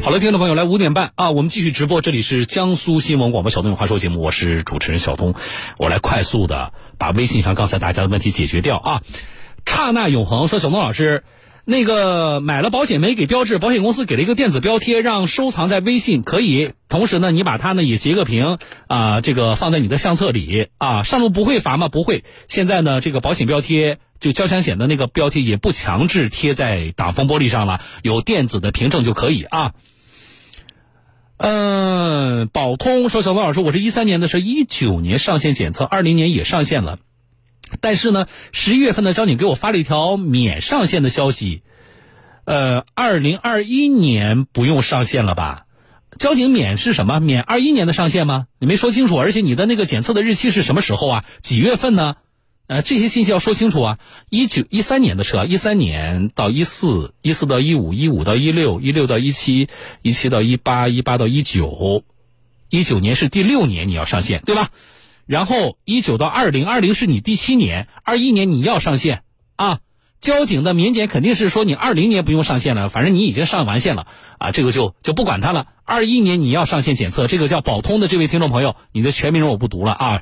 好了，听众朋友，来5点半啊，我们继续直播，这里是江苏新闻广播小东有话说节目，我是主持人小东，我来快速的把微信上刚才大家的问题解决掉啊。刹那永恒说，小东老师，那个买了保险没给标志，保险公司给了一个电子标贴，让收藏在微信可以，同时呢，你把它呢也截个屏啊，这个放在你的相册里啊，上路不会罚吗？不会。现在呢，这个保险标贴就交强险的那个标贴也不强制贴在挡风玻璃上了，有电子的凭证就可以啊。宝通说，小东老师，我是13年的时候，19年上线检测，20年也上线了，但是呢，11月份的交警给我发了一条免上线的消息，2021年不用上线了吧？交警免是什么？免21年的上线吗？你没说清楚，而且你的那个检测的日期是什么时候啊？几月份呢？这些信息要说清楚啊！13年的车，13年到14，14到15， 15到16， 16到17， 17到18， 18到19， 19年是第6年你要上线，对吧？然后19到20， 20是你第7年，21年你要上线啊！交警的免检肯定是说你20年不用上线了，反正你已经上完线了啊，这个就不管它了。21年你要上线检测，这个叫宝通的这位听众朋友，你的全名我不读了啊，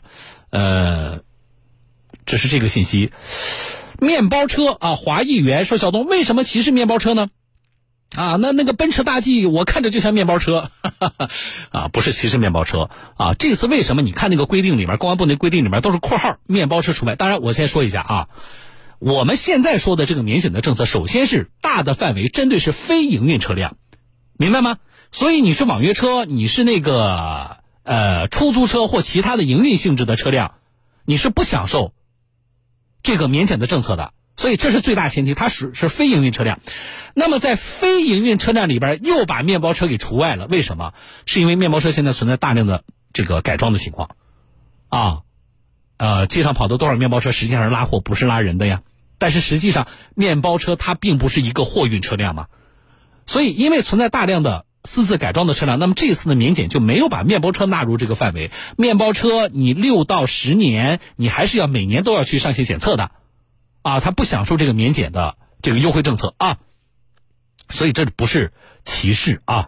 这是这个信息。面包车啊，华议员说，小东为什么歧视面包车呢？啊，那个奔驰大 G 我看着就像面包车，啊，不是歧视面包车啊。这次为什么你看那个规定里面，公安部那规定里面都是括号面包车除外？当然，我先说一下啊，我们现在说的这个免险的政策，首先是大的范围针对是非营运车辆，明白吗？所以你是网约车，你是那个出租车或其他的营运性质的车辆，你是不享受这个免检的政策的，所以这是最大前提，它是非营运车辆。那么在非营运车辆里边又把面包车给除外了，为什么？是因为面包车现在存在大量的这个改装的情况啊，街上跑的多少面包车实际上是拉货，不是拉人的呀。但是实际上面包车它并不是一个货运车辆嘛，所以因为存在大量的私自改装的车辆，那么这次的免检就没有把面包车纳入这个范围。面包车你6到10年你还是要每年都要去上线检测的啊，它不享受这个免检的这个优惠政策啊，所以这不是歧视啊。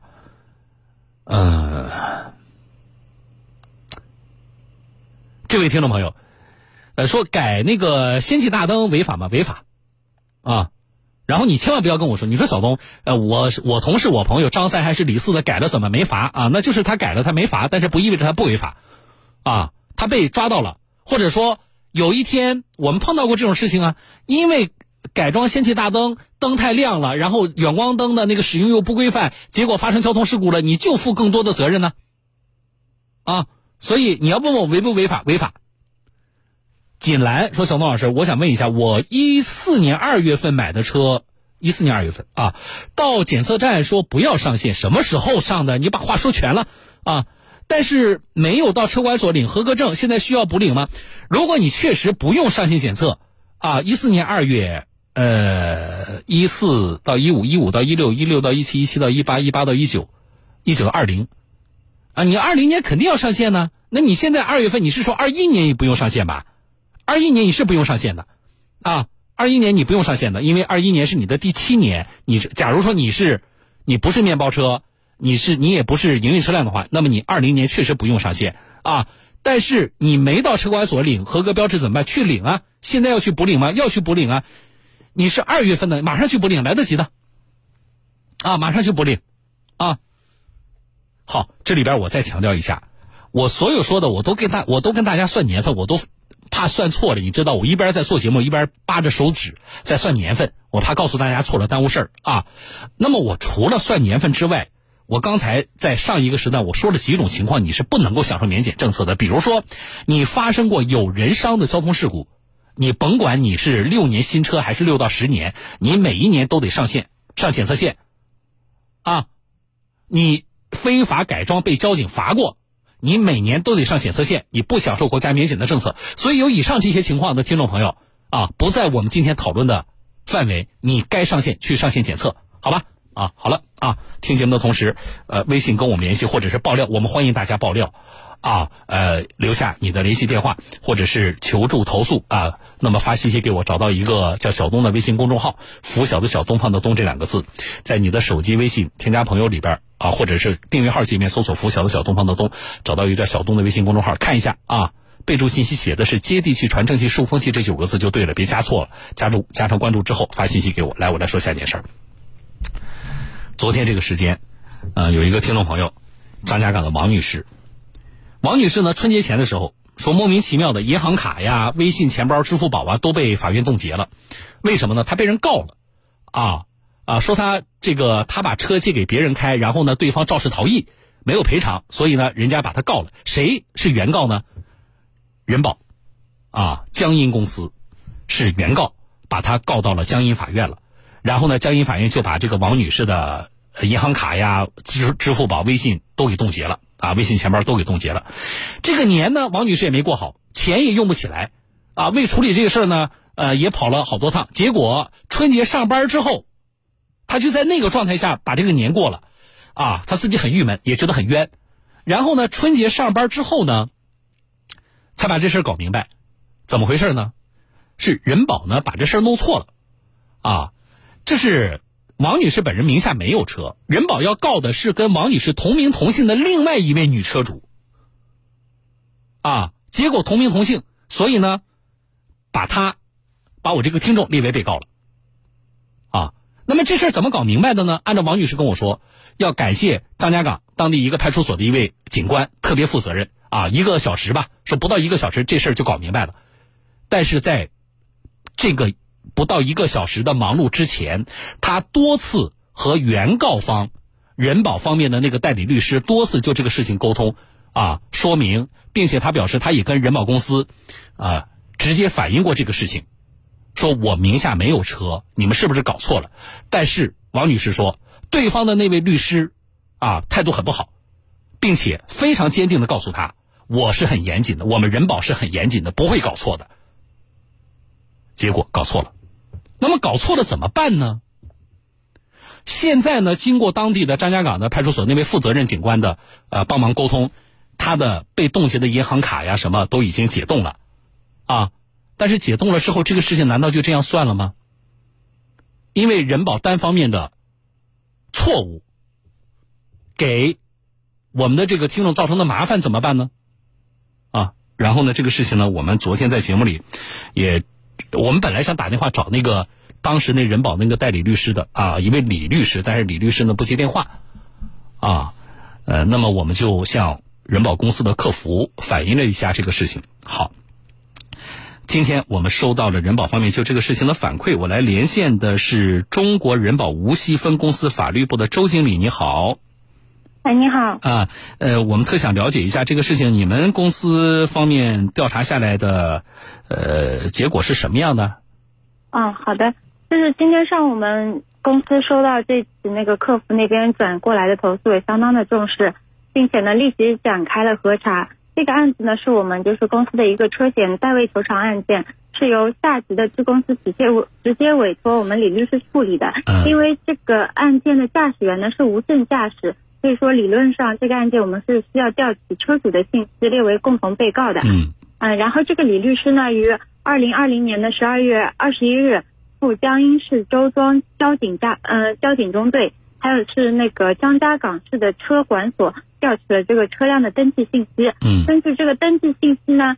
这位听众朋友说改那个氙气大灯违法吗？违法啊。然后你千万不要跟我说，你说小东，我同事我朋友张3还是李4的改了怎么没罚啊？那就是他改了他没罚，但是不意味着他不违法啊，他被抓到了，或者说有一天我们碰到过这种事情啊，因为改装氙气大灯，灯太亮了，然后远光灯的那个使用又不规范，结果发生交通事故了，你就负更多的责任呢啊！所以你要问我违不违法？违法。锦兰说，小东老师，我想问一下，我14年2月份买的车，14年2月份啊，到检测站说不要上线，什么时候上的？你把话说全了啊！但是没有到车管所领合格证，现在需要补领吗？如果你确实不用上线检测啊，14年2月14到15， 15到16， 16到17， 17到18， 18到19， 19到20啊，你20年肯定要上线呢。那你现在2月份你是说21年也不用上线吧？21年你是不用上线的啊，21年你不用上线的，因为21年是你的第7年。假如说你不是面包车，你也不是营运车辆的话，那么你20年确实不用上线啊。但是你没到车管所领合格标志怎么办？去领啊！现在要去补领吗？要去补领啊！你是2月份的，马上去补领，来得及的啊！马上去补领啊！好，这里边我再强调一下，我所有说的我都跟大家算年份，我都怕算错了，你知道，我一边在做节目，一边扒着手指在算年份，我怕告诉大家错了耽误事儿啊。那么我除了算年份之外，我刚才在上一个时段我说了几种情况你是不能够享受免检政策的，比如说你发生过有人伤的交通事故，你甭管你是6年新车还是6到10年，你每一年都得上检测线啊。你非法改装被交警罚过，你每年都得上检测线，你不享受国家免检的政策。所以有以上这些情况的听众朋友啊，不在我们今天讨论的范围，你该上线去上线检测，好吧？啊，好了啊，听节目的同时，微信跟我们联系或者是爆料，我们欢迎大家爆料啊，留下你的联系电话或者是求助投诉啊。那么发信息给我，找到一个叫小东的微信公众号，拂晓的小，东方的东这2个字，在你的手机微信添加朋友里边啊，或者是订阅号界面搜索“拂晓的小东方的东”，找到一个叫小东的微信公众号，看一下啊。备注信息写的是接地气、传正气、顺风气这9个字就对了，别加错了。加上关注之后发信息给我。来，我来说下件事儿。昨天这个时间，有一个听众朋友，张家港的王女士。王女士呢，春节前的时候说莫名其妙的银行卡呀、微信钱包、支付宝啊都被法院冻结了。为什么呢？她被人告了说她把车借给别人开，然后呢对方肇事逃逸，没有赔偿，所以呢人家把她告了。谁是原告呢？人保江阴公司是原告，把她告到了江阴法院了。然后呢江阴法院就把这个王女士的银行卡呀、支付宝、微信都给冻结了微信钱包都给冻结了。这个年呢王女士也没过好，钱也用不起来为处理这个事儿呢也跑了好多趟，结果春节上班之后，她就在那个状态下把这个年过了她自己很郁闷，也觉得很冤。然后呢春节上班之后呢才把这事搞明白。怎么回事呢？是人保呢把这事弄错了这是王女士本人名下没有车，人保要告的是跟王女士同名同姓的另外一位女车主结果同名同姓，所以呢把我这个听众列为被告了那么这事怎么搞明白的呢？按照王女士跟我说，要感谢张家港当地一个派出所的一位警官特别负责任1个小时吧，说不到1个小时这事就搞明白了。但是在这个不到1个小时的忙碌之前，他多次和原告方人保方面的那个代理律师多次就这个事情沟通说明，并且他表示他也跟人保公司直接反映过这个事情，说我名下没有车，你们是不是搞错了？但是王女士说对方的那位律师态度很不好，并且非常坚定地告诉他，我是很严谨的，我们人保是很严谨的，不会搞错的。结果搞错了。那么搞错了怎么办呢？现在呢经过当地的张家港的派出所那位负责任警官的帮忙沟通，他的被冻结的银行卡呀什么都已经解冻了但是解冻了之后，这个事情难道就这样算了吗？因为人保单方面的错误给我们的这个听众造成的麻烦怎么办呢？然后呢这个事情呢，我们昨天在节目里我们本来想打电话找那个当时那人保那个代理律师的一位李律师，但是李律师呢不接电话那么我们就向人保公司的客服反映了一下这个事情。好，今天我们收到了人保方面就这个事情的反馈，我来连线的是中国人保无锡分公司法律部的周经理。你好。 你好。 我们特想了解一下这个事情，你们公司方面调查下来的结果是什么样的？ 好的，就是今天上午我们公司收到这起那个客服那边转过来的投诉，也相当的重视，并且呢立即展开了核查。这个案子呢是我们就是公司的一个车险代位求偿案件，是由下级的支公司直接委托我们李律师处理的。因为这个案件的驾驶员呢是无证驾驶，所以说理论上这个案件我们是需要调取车主的信息列为共同被告的。然后这个李律师呢于2020年的12月21日赴江阴市周庄交警中队，还有是那个张家港市的车管所调取了这个车辆的登记信息。根据这个登记信息呢，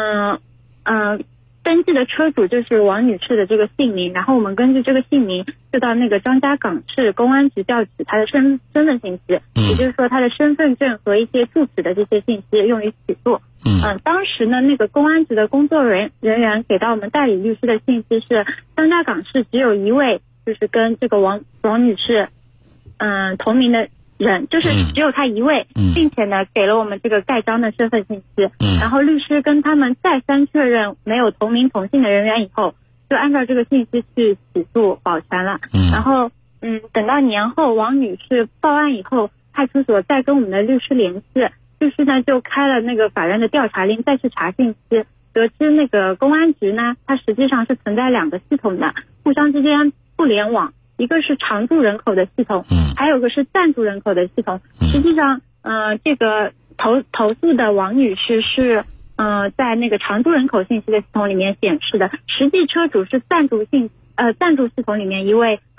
登记的车主就是王女士的这个姓名，然后我们根据这个姓名就到那个张家港市公安局调取她的身份信息，也就是说她的身份证和一些住址的这些信息用于起诉。当时呢那个公安局的工作人员给到我们代理律师的信息是张家港市只有一位就是跟这个王女士同名的人，就是只有他一位，并且呢给了我们这个盖章的身份信息。然后律师跟他们再三确认没有同名同姓的人员以后，就按照这个信息去起诉保全了。然后等到年后王女士报案以后，派出所再跟我们的律师联系，律师呢就开了那个法院的调查令再去查信息，得知那个公安局呢它实际上是存在2个系统的，互相之间不联网，一个是常住人口的系统，还有个是暂住人口的系统。实际上这个投诉的王女士是在那个常住人口信息的系统里面显示的，实际车主是暂住系统里面一位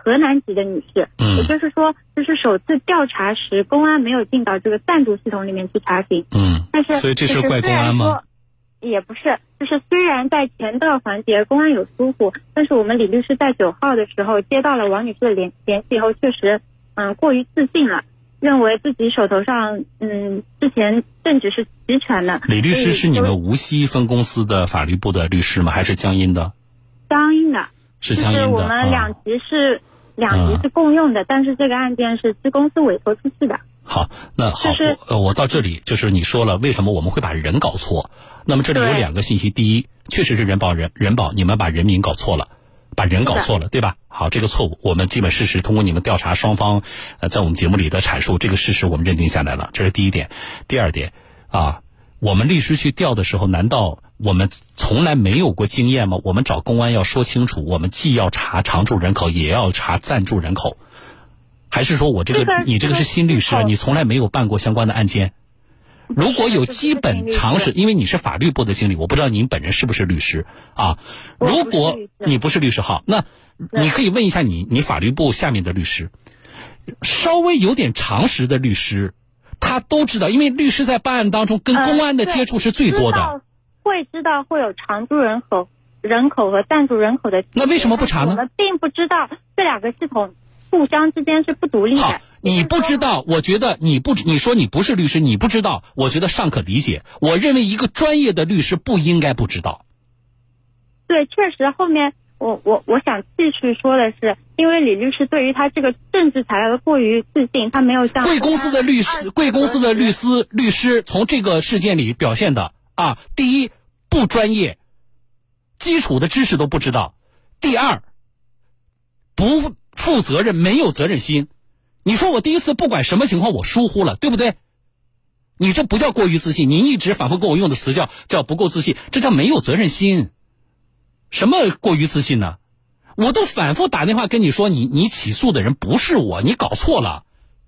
河南籍的女士，也就是说，就是首次调查时，公安没有进到这个赞助系统里面去查询。但是所以这是怪公安吗？ 也不是，就是虽然在前的环节公安有疏忽，但是我们李律师在9号的时候接到了王女士的联系以后，确实过于自信了，认为自己手头上之前证据是齐全的。 李律师是你们无锡分公司的法律部的律师吗？还是江阴的？ 江阴的， 是江阴的。 就是我们两级是共用的，但是这个案件是支公司委托出去的。 好，那好，我到这里就是你说了为什么我们会把人搞错，那么这里有2个信息，第一，确实是人保，你们把人民搞错了，把人搞错了，对吧？好，这个错误我们基本事实通过你们调查双方在我们节目里的阐述，这个事实我们认定下来了，这是第一点。第二点我们律师去调的时候，难道我们从来没有过经验吗？我们找公安要说清楚，我们既要查常住人口，也要查暂住人口。还是说你这个是新律师，你从来没有办过相关的案件？如果有基本常识，因为你是法律部的经理，我不知道您本人是不是律师啊？如果你不是律师，好，那你可以问一下你法律部下面的律师，稍微有点常识的律师，他都知道，因为律师在办案当中跟公安的接触是最多的， 会知道会有常住人口和暂住人口的。 那为什么不查呢？ 我们并不知道这2个系统互相之间是不独立的。 好，你不知道，我觉得你说你不是律师，你不知道，我觉得尚可理解。我认为一个专业的律师不应该不知道。 对，确实后面我想继续说的是，因为李律师对于他这个政治材料的过于自信，他没有像贵公司的律师从这个事件里表现的第一，不专业，基础的知识都不知道；第二，不负责任，没有责任心。你说我第一次不管什么情况我疏忽了，对不对？你这不叫过于自信，您一直反复跟我用的词叫不够自信，这叫没有责任心。什么过于自信呢？我都反复打电话跟你说，你起诉的人不是我，你搞错了。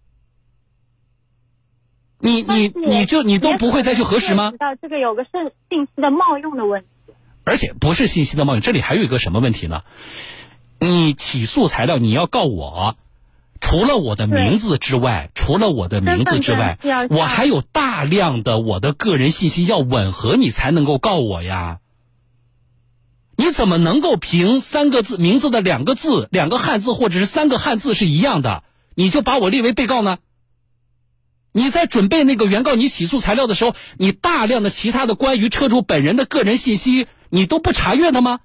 你都不会再去核实吗？ 知道这个有个是信息的冒用的问题， 而且不是信息的冒用，这里还有一个什么问题呢？你起诉材料你要告我，除了我的名字之外，我还有大量的我的个人信息要吻合，你才能够告我呀。你怎么能够凭3个字名字的2个字2个汉字或者是3个汉字是一样的，你就把我列为被告呢？你在准备那个原告你起诉材料的时候，你大量的其他的关于车主本人的个人信息你都不查阅的吗？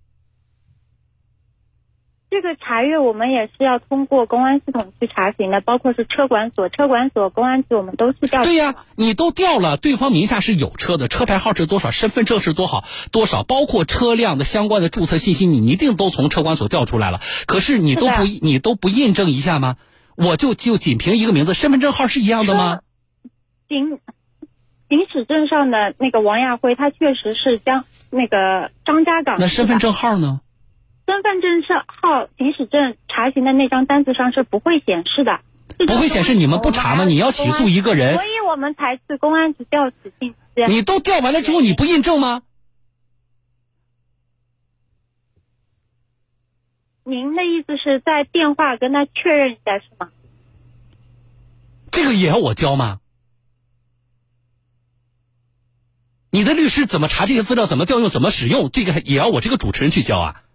这个查阅我们也是要通过公安系统去查询的，包括是车管所、公安局，我们都是调。 对呀，你都调了，对方名下是有车的，车牌号是多少，身份证是多少，包括车辆的相关的注册信息，你一定都从车管所调出来了。可是你都不印证一下吗？我就仅凭一个名字，身份证号是一样的吗？ 行驶证上的那个王亚辉，他确实是张家港。 那身份证号呢？ 身份证号、行驶证查询的那张单子上是不会显示的。 不会显示，你们不查吗？你要起诉一个人， 所以我们才去公安局调取信息。 你都调完了之后，你不印证吗？ 您的意思是在电话跟他确认一下是吗？ 这个也要我教吗？你的律师怎么查这些资料，怎么调用，怎么使用，这个也要我这个主持人去教啊？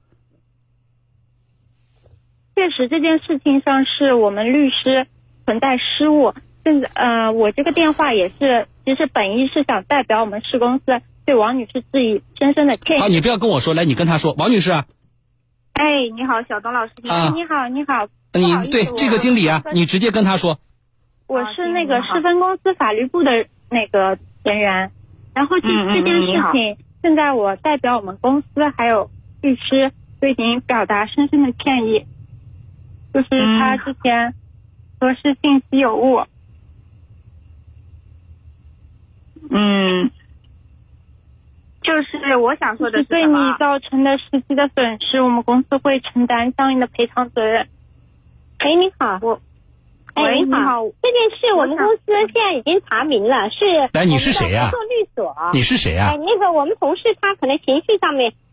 确实这件事情上是我们律师存在失误，我这个电话也是，其实本意是想代表我们市公司对王女士致以深深的歉意。 好，你不要跟我说，来，你跟他说，王女士啊。 哎，你好，小东老师。你好。 你对这个经理啊，你直接跟他说。 我是那个市分公司法律部的那个人员，然后这件事情，现在我代表我们公司还有律师对您表达深深的歉意。就是他之前核实信息有误。就是我想说的是对你造成的实际的损失，我们公司会承担相应的赔偿责任。 哎，你好，你好，这件事我们公司现在已经查明了，是。 来，你是谁呀？ 做律所。 你是谁呀？ 那个我们同事他可能情绪上面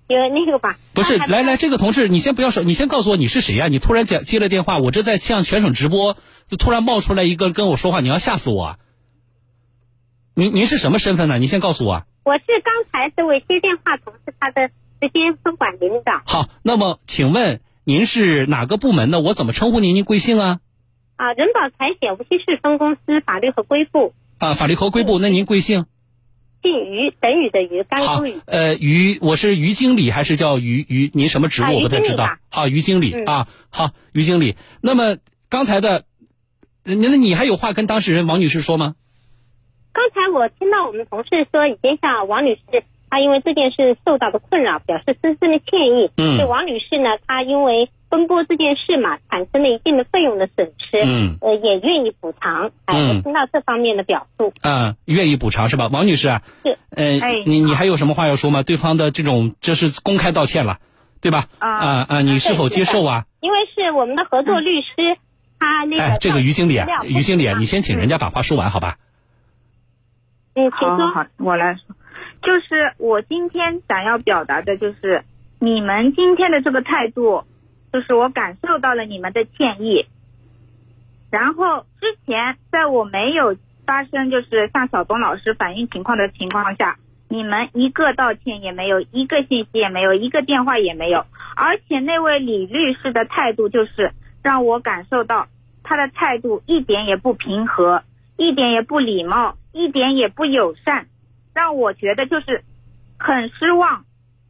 就那个吧。 不是，来，这个同志，你先不要说，你先告诉我你是谁呀？你突然接了电话，我这在向全省直播，就突然冒出来一个跟我说话，你要吓死我啊！您是什么身份呢？你先告诉我。 我是刚才这位接电话同事他的直接分管领导。 好，那么请问您是哪个部门的？我怎么称呼您？您贵姓啊？ 人保财险无锡市分公司法律合规部。 法律合规部，那您贵姓？ 姓于，等雨的于，甘肃雨。 于，我是于经理还是叫于？您什么职务我不太知道。好，于经理好，于经理。那么刚才的，那你还有话跟当事人王女士说吗？ 刚才我听到我们同事说，已经向王女士，她因为这件事受到的困扰，表示深深的歉意。对王女士呢，她因为奔波这件事嘛，产生了一定的费用的损失。也愿意补偿。我听到这方面的表述。 愿意补偿是吧，王女士啊？ 是。 你还有什么话要说吗？对方的这是公开道歉了，对吧？你是否接受啊？ 因为是我们的合作律师，他那个。 这个于经理，你先请人家把话说完，好吧？ 请说。 好，我来说，就是我今天想要表达的就是，你们今天的这个态度，就是我感受到了你们的歉意。然后之前在我没有发生就是向小东老师反映情况的情况下，你们一个道歉也没有，一个信息也没有，一个电话也没有，而且那位李律师的态度就是让我感受到他的态度一点也不平和，一点也不礼貌，一点也不友善，让我觉得就是很失望。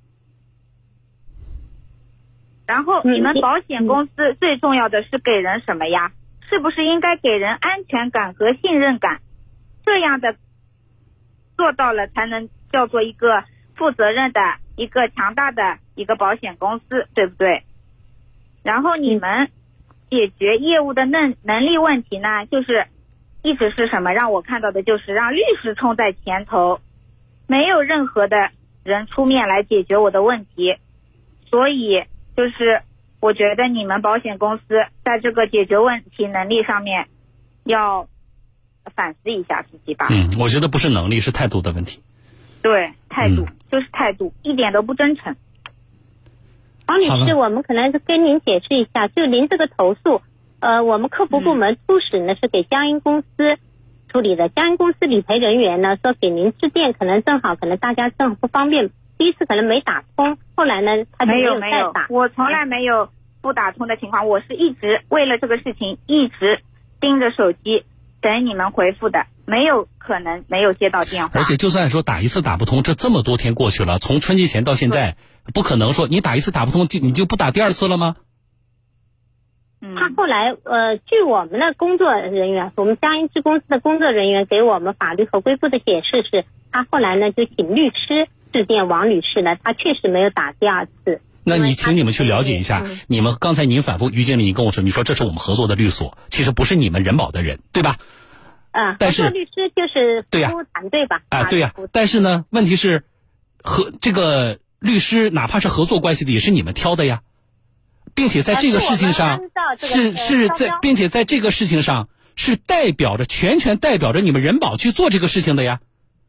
然后你们保险公司最重要的是给人什么呀？是不是应该给人安全感和信任感？这样的做到了才能叫做一个负责任的一个强大的一个保险公司，对不对？然后你们解决业务的能力问题呢，就是一直是什么？让我看到的就是让律师冲在前头，没有任何的人出面来解决我的问题。所以就是我觉得你们保险公司在这个解决问题能力上面要反思一下自己吧。 我觉得不是能力，是态度的问题。 对，态度，就是态度，一点都不真诚。 王女士，我们可能是跟您解释一下，就您这个投诉，我们客服部门初始呢是给江阴公司处理的，江阴公司理赔人员呢说给您致电，可能大家正好不方便，第一次可能没打通，后来呢他就没有再打。 我从来没有不打通的情况，我是一直为了这个事情一直盯着手机等你们回复的，没有可能没有接到电话。 而且就算说打一次打不通，这么多天过去了，从春节前到现在，不可能说你打一次打不通你就不打第二次了吗？ 他后来据我们的工作人员，我们江阴支公司的工作人员给我们法律合规部的解释是，他后来呢就请律师致电王女士呢，他确实没有打第二次。 那请你们去了解一下，你们刚才您反复于经理你跟我说，你说这是我们合作的律所，其实不是你们人保的人，对吧？但是合作律师就是服务团队吧？ 对呀。但是呢，问题是这个律师哪怕是合作关系的，也是你们挑的呀，并且在这个事情上并且在这个事情上是全权代表着你们人保去做这个事情的呀。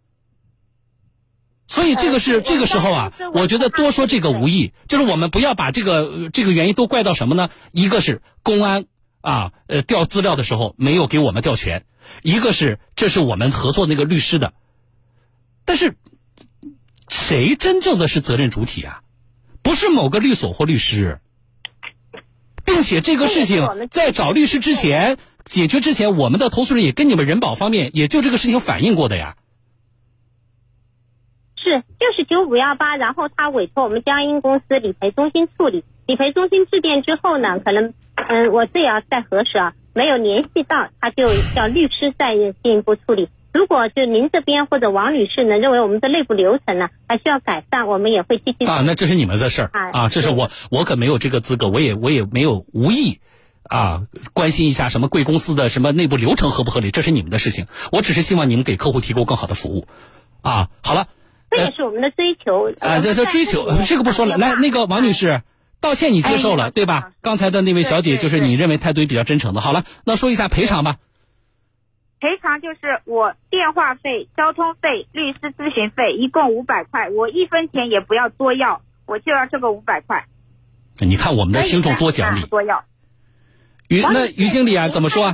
所以这个时候啊，我觉得多说这个无益，就是我们不要把这个原因都怪到什么呢？一个是公安调资料的时候没有给我们调全，一个是这是我们合作那个律师的。但是谁真正的是责任主体啊？不是某个律所或律师，并且这个事情在找律师之前解决之前，我们的投诉人也跟你们人保方面也就这个事情反映过的呀。 就是9518，然后他委托我们江阴公司理赔中心处理，理赔中心致电之后呢，可能我这也要再核实没有联系到，他就叫律师再进一步处理。如果就您这边或者王女士呢认为我们的内部流程呢还需要改善，我们也会积极那这是你们的事儿这是我可没有这个资格，我也没有无意关心一下什么贵公司的什么内部流程合不合理，这是你们的事情，我只是希望你们给客户提供更好的服务好了。 这也是我们的追求这追求这个不说了。来，那个王女士，道歉你接受了对吧？刚才的那位小姐就是你认为态度比较真诚的。好了，那说一下赔偿吧。 赔偿就是我电话费、交通费、律师咨询费一共500块，我1分钱也不要多要， 我就要这个500块。 你看我们的听众多讲理。 多要。 那于经理啊，怎么说啊？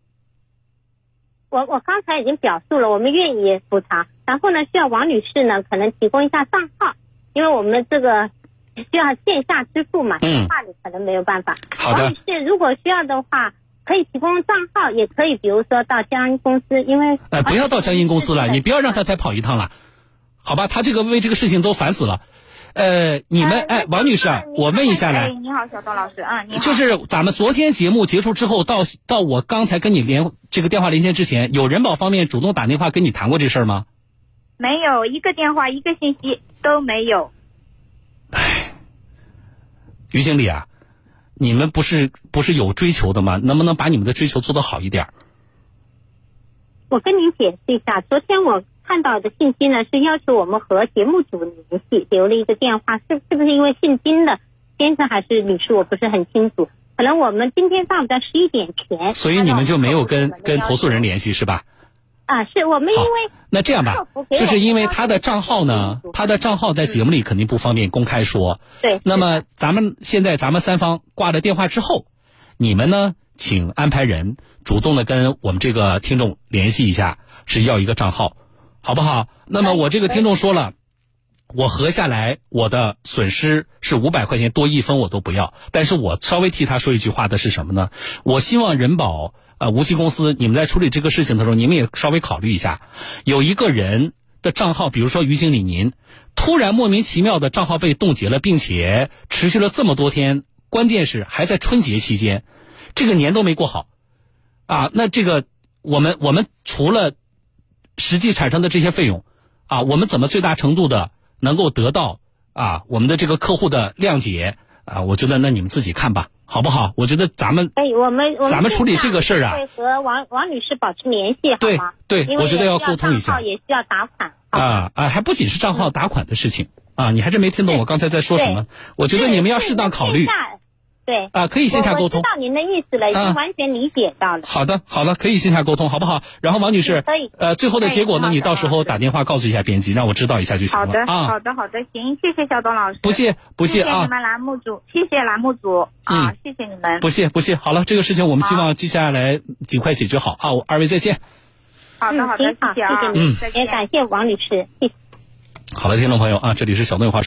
我刚才已经表述了，我们愿意补偿。然后呢，需要王女士呢可能提供一下账号，因为我们这个需要线下支付嘛，电话里可能没有办法。 好的。 王女士如果需要的话，可以提供账号，也可以比如说到江阴公司，因为不要到江阴公司了，你不要让他再跑一趟了，好吧？他为这个事情都烦死了。你们王女士啊，我问一下来。 你好，小东老师，你好。 就是咱们昨天节目结束之后，到我刚才跟你这个电话连线之前，有人保方面主动打电话跟你谈过这事儿吗？ 没有，一个电话一个信息都没有。 于经理啊，你们不是有追求的吗？能不能把你们的追求做得好一点？ 我跟您解释一下，昨天我看到的信息呢是要求我们和节目组联系，留了一个电话，是不是因为姓金的先生还是女士，我不是很清楚。可能我们今天上午在11点前， 所以你们就没有跟投诉人联系是吧？ 是我们因为那这样吧，就是因为他的账号呢，他的账号在节目里肯定不方便公开说。 对。 那么咱们三方挂了电话之后，你们呢，请安排人主动的跟我们这个听众联系一下，是要一个账号，好不好？那么我这个听众说了，我合下来我的损失是500块钱，多1分我都不要。但是我稍微替他说一句话的是什么呢？我希望人保无锡公司，你们在处理这个事情的时候，你们也稍微考虑一下，有一个人的账号，比如说于经理您，突然莫名其妙的账号被冻结了，并且持续了这么多天，关键是还在春节期间，这个年都没过好啊。那这个我们除了实际产生的这些费用啊，我们怎么最大程度的能够得到我们的这个客户的谅解啊？我觉得那你们自己看吧，好不好？我觉得咱们咱们处理这个事儿啊， 会和王女士保持联系，好吗？ 对，我觉得要沟通一下。 也需要打款还不仅是账号打款的事情你还是没听懂我刚才在说什么？我觉得你们要适当考虑。 对可以线下沟通。 我知道您的意思了，已经完全理解到了。 好的，可以线下沟通，好不好？然后王女士， 可以。 最后的结果呢，你到时候打电话告诉一下编辑，让我知道一下就行了。 好的，行，谢谢小东老师。 不谢谢谢你们栏目组，谢谢栏目组谢谢你们。 不谢。好了，这个事情我们希望接下来尽快解决好二位再见。 好的，谢谢您，也感谢王女士，谢谢。 好了，听众朋友这里是小东有话说。